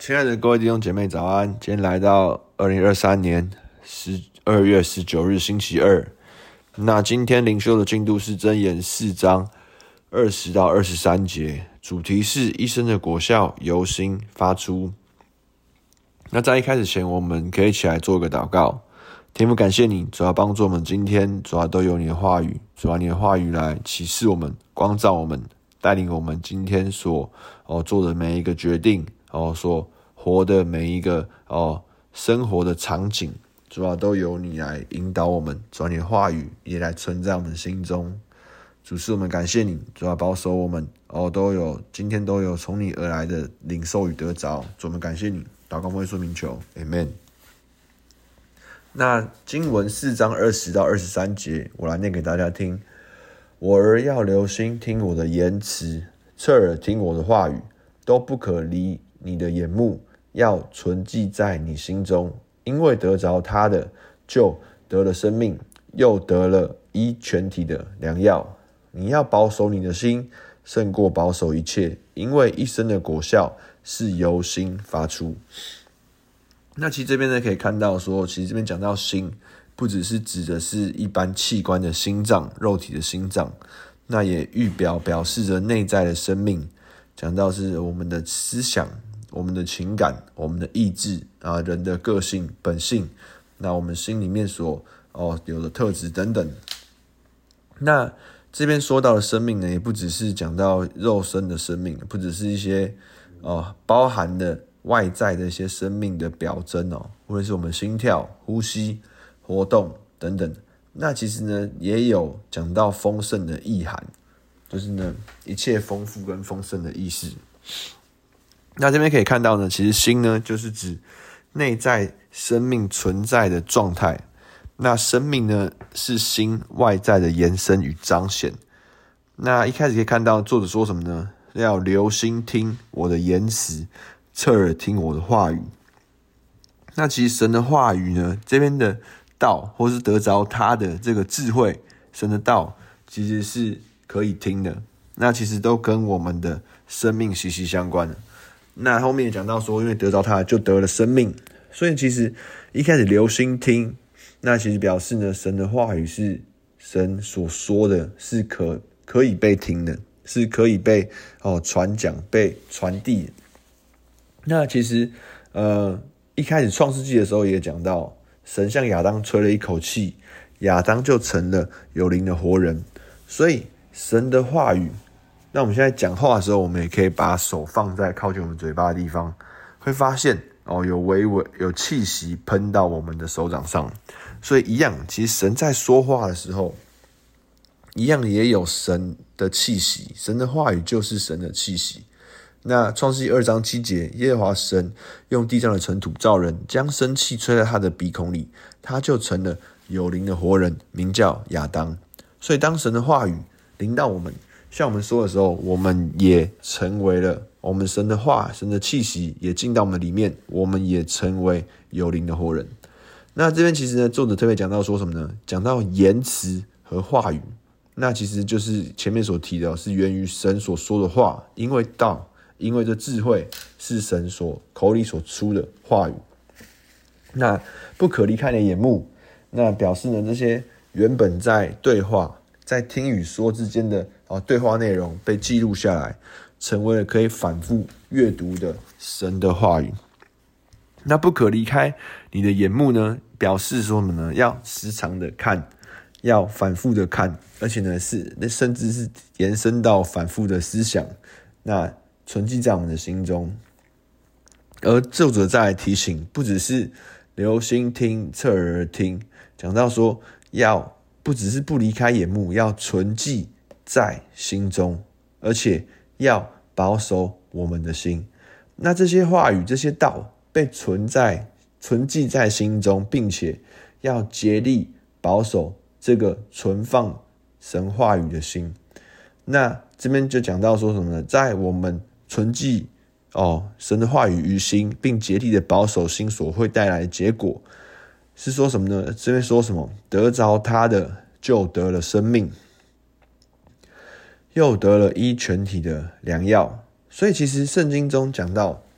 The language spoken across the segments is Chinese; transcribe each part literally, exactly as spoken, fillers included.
亲爱的各位弟兄姐妹早安，今天来到二零二三年十二月十九日星期二。那今天灵修的进度是箴言四章二十到二十三节，主题是一生的果效由心发出。那在一开始前，我们可以一起来做个祷告。天父，感谢你，主要帮助我们今天，主要都有你的话语，主要你的话语来启示我们，光照我们，带领我们今天所、哦、做的每一个决定，哦，所活的每一个哦生活的场景，主要都由你来引导我们，主要你的话语也来存在我们心中。主是我们感谢你，主要保守我们哦，都有今天都有从你而来的领受与得着。主，我们感谢你，祷告奉耶稣名求 ，Amen。那经文四章二十到二十三节，我来念给大家听。我儿要留心听我的言辞，侧耳听我的话语，都不可离你的眼目，要存记在你心中，因为得着他的，就得了生命，又得了医全体的良药。你要保守你的心，胜过保守一切，因为一生的果效是由心发出。那其实这边呢可以看到说，其实这边讲到心，不只是指的是一般器官的心脏，肉体的心脏，那也预表表示着内在的生命，讲到是我们的思想、我们的情感、我们的意志啊，人的个性、本性，那我们心里面所哦有的特质等等。那这边说到的生命呢，也不只是讲到肉身的生命，不只是一些哦包含的外在的一些生命的表征哦，无论是我们心跳、呼吸、活动等等。那其实呢，也有讲到丰盛的意涵，就是呢一切丰富跟丰盛的意思。那这边可以看到呢，其实心呢就是指内在生命存在的状态。那生命呢是心外在的延伸与彰显。那一开始可以看到作者说什么呢？要留心听我的言辞，侧耳听我的话语。那其实神的话语呢，这边的道或是得着他的这个智慧，神的道其实是可以听的。那其实都跟我们的生命息息相关的。那后面也讲到说，因为得着他就得了生命，所以其实一开始留心听，那其实表示呢，神的话语是神所说的，是可可以被听的，是可以被哦传讲、被传递的。那其实呃一开始创世纪的时候也讲到，神向亚当吹了一口气，亚当就成了有灵的活人。所以神的话语，那我们现在讲话的时候，我们也可以把手放在靠近我们嘴巴的地方，会发现哦有微微有气息喷到我们的手掌上。所以一样，其实神在说话的时候，一样也有神的气息，神的话语就是神的气息。那创世纪二章七节，耶和华神用地上的尘土造人，将生气吹在他的鼻孔里，他就成了有灵的活人，名叫亚当。所以当神的话语临到我们，像我们说的时候，我们也成为了我们神的话，神的气息也进到我们里面，我们也成为有灵的活人。那这边其实呢，作者特别讲到说什么呢？讲到言辞和话语，那其实就是前面所提的，是源于神所说的话，因为道，因为这智慧是神所口里所出的话语。那不可离开你的眼目，那表示呢，这些原本在对话、在听与说之间的哦对话内容被记录下来，成为了可以反复阅读的神的话语。那不可离开你的眼目呢，表示说什么呢？要时常的看，要反复的看，而且呢是甚至是延伸到反复的思想，那存记在我们的心中。而作者再来提醒，不只是留心听、侧耳听，讲到说要不只是不离开眼目，要存记在心中，而且要保守我们的心。那这些话语、这些道被存在、存记在心中，并且要竭力保守这个存放神话语的心。那这边就讲到说什么呢？在我们存记哦神的话语于心，并竭力的保守心所会带来的结果，是说什么呢？这边说什么？得着他的就得了生命，又得了医全体的良药。所以其实圣经中讲到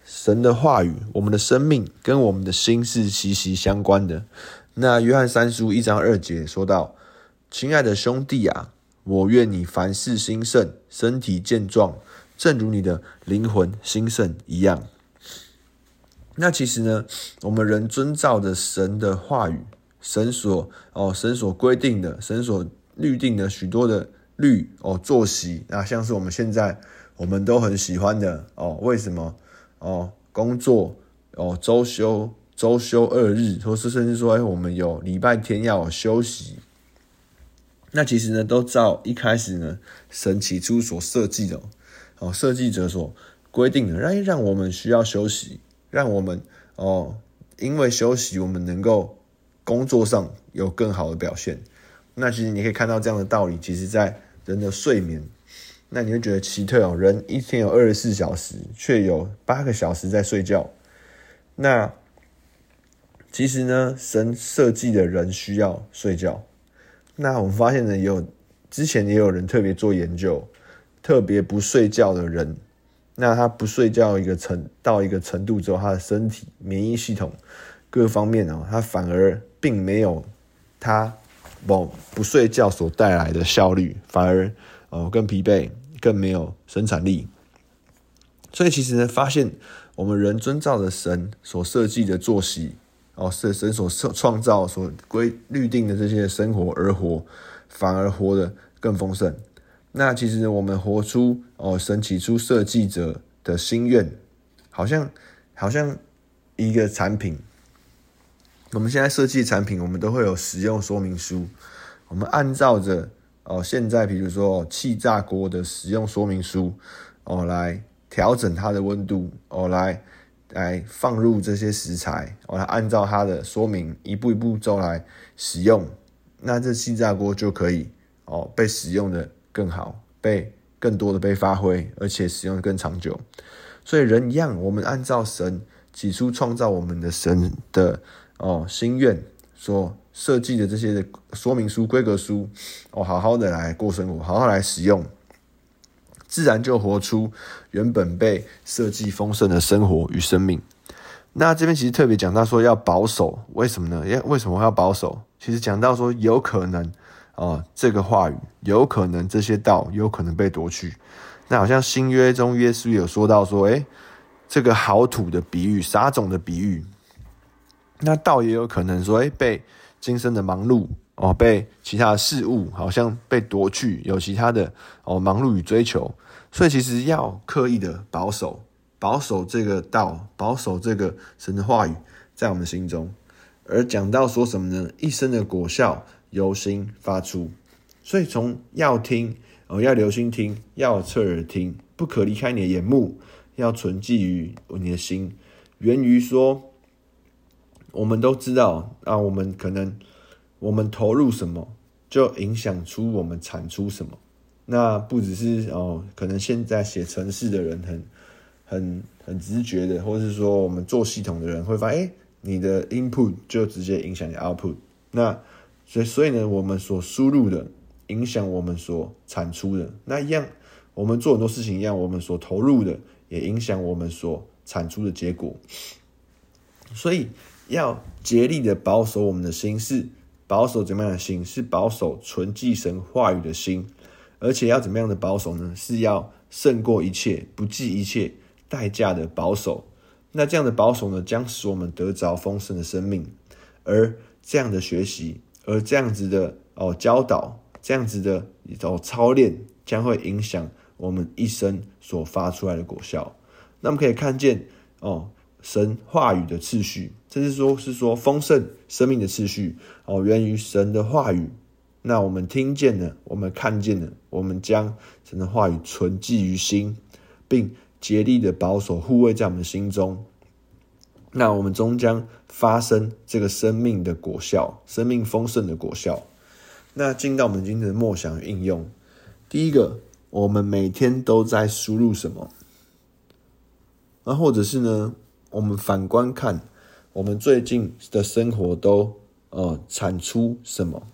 神的话语，我们的生命跟我们的心是息息相关的。那约翰三书一章二节说到：亲爱的兄弟啊，我愿你凡事兴盛，身体健壮，正如你的灵魂兴盛一样。那其实呢，我们人遵照着神的话语，神所哦神所规定的，神所律定的许多的律哦作息，那像是我们现在我们都很喜欢的哦，为什么哦工作哦周休周休二日，或是甚至说，哎，我们有礼拜天要有休息。那其实呢，都照一开始呢，神起初所设计的哦，设计者所规定的，让让我们需要休息，让我们哦，因为休息，我们能够工作上有更好的表现。那其实你可以看到这样的道理，其实在人的睡眠，那你会觉得奇特哦，人一天有二十四小时，却有八个小时在睡觉。那其实呢，神设计的人需要睡觉。那我们发现呢，也有之前也有人特别做研究，特别不睡觉的人，那他不睡觉一个程到一个程度之后，他的身体免疫系统各方面哦，他反而并没有他不不睡觉所带来的效率，反而哦更疲惫，更没有生产力。所以其实呢，发现我们人遵照着神所设计的作息。哦，是神所创造、所规律定的这些生活而活，反而活得更丰盛。那其实呢，我们活出哦，神起初设计者的心愿，好像好像一个产品。我们现在设计产品，我们都会有使用说明书。我们按照着哦，现在比如说气炸锅的使用说明书哦，来调整它的温度哦，来。来放入这些食材，我、哦、来按照它的说明一步一步骤来使用，那这气炸锅就可以哦被使用的更好，被更多的被发挥，而且使用的更长久。所以人一样，我们按照神起初创造我们的神的哦心愿所设计的这些的说明书、规格书，哦好好的来过生活，好好来使用。自然就活出原本被设计丰盛的生活与生命。那这边其实特别讲到说要保守，为什么呢？为什么要保守？其实讲到说有可能哦，这个话语有可能这些道有可能被夺去。那好像新约中耶稣有说到说，诶，这个好土的比喻，撒种的比喻，那道也有可能说，诶，被今生的忙碌。哦，被其他的事物好像被夺去，有其他的哦忙碌与追求，所以其实要刻意的保守，保守这个道，保守这个神的话语在我们心中。而讲到说什么呢？一生的果效由心发出，所以从要听哦，要留心听，要侧耳听，不可离开你的眼目，要存记于你的心。源于说，我们都知道啊，我们可能。我们投入什么，就影响出我们产出什么。那不只是哦，可能现在写程式的人很、很、很直觉的，或是说我们做系统的人会发现，哎，你的 input 就直接影响你 output。那所以，所以呢，我们所输入的影响我们所产出的。那一样，我们做很多事情一样，我们所投入的也影响我们所产出的结果。所以要竭力的保守我们的心是。保守怎么样的心？是保守纯记神话语的心，而且要怎么样的保守呢？是要胜过一切，不计一切代价的保守。那这样的保守呢，将使我们得着丰盛的生命。而这样的学习，而这样子的哦教导，这样子的哦操练，将会影响我们一生所发出来的果效。那么可以看见哦。神话语的次序，甚至说是说丰盛生命的次序哦，源于神的话语。那我们听见了，我们看见了，我们将神的话语存记于心，并竭力的保守护卫在我们心中。那我们终将发生这个生命的果效，生命丰盛的果效。那进到我们今天的默想与应用，第一个，我们每天都在输入什么？那或者是呢？我们反观看，我们最近的生活都呃产出什么？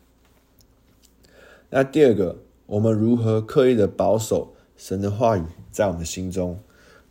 那第二个，我们如何刻意的保守神的话语在我们的心中？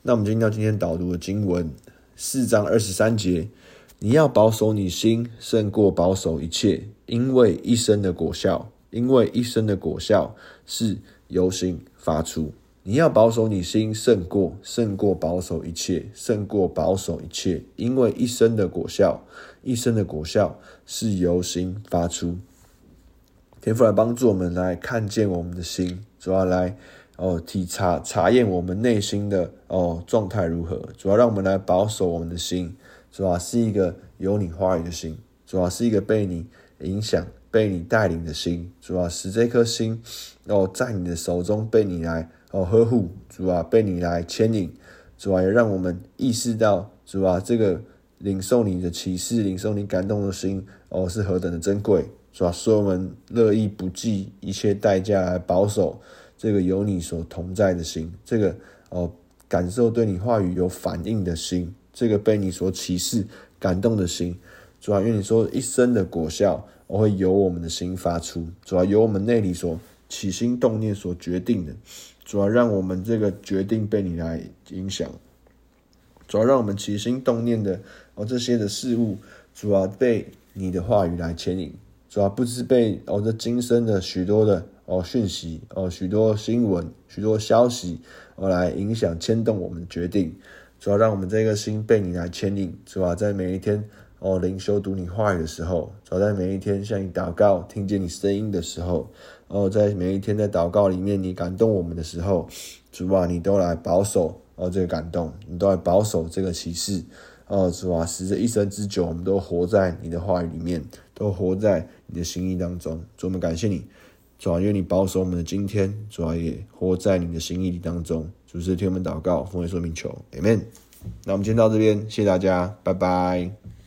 那我们今天到今天导读的经文四章二十三节，你要保守你心胜过保守一切，因为一生的果效，因为一生的果效是由心发出。你要保守你心胜过胜过保守一切，胜过保守一切，因为一生的果效，一生的果效是由心发出。天父来帮助我们来看见我们的心，主要来哦体察查验我们内心的哦状态如何，主要让我们来保守我们的心，主要是一个有你话语的心，主要是一个被你影响、被你带领的心，主要使这颗心哦在你的手中被你来哦呵护，主啊被你来牵引，主啊也让我们意识到，主啊这个领受你的启示、领受你感动的心哦是何等的珍贵，主啊所以我们乐意不计一切代价来保守这个有你所同在的心，这个哦感受对你话语有反应的心，这个被你所启示感动的心，主啊因为你说一生的果效我会由我们的心发出，主啊由我们内里所起心动念所决定的，主要让我们这个决定被你来影响，主要让我们起心动念的哦这些的事物，主要被你的话语来牵引，主要不是被哦这今生的许多的哦讯息哦许多新闻许多消息哦来影响牵动我们的决定，主要让我们这个心被你来牵引，主要在每一天哦灵修读你话语的时候，主要在每一天向你祷告听见你声音的时候，哦在每一天在祷告里面你感动我们的时候，主啊你都来保守哦这个感动，你都来保守这个启示哦主啊使这一生之久我们都活在你的话语里面，都活在你的心意当中，主我们感谢你，主啊愿你保守我们的今天，主啊也活在你的心意当中，主是听我们祷告奉耶稣名求 Amen。那我们今天到这边，谢谢大家，拜拜。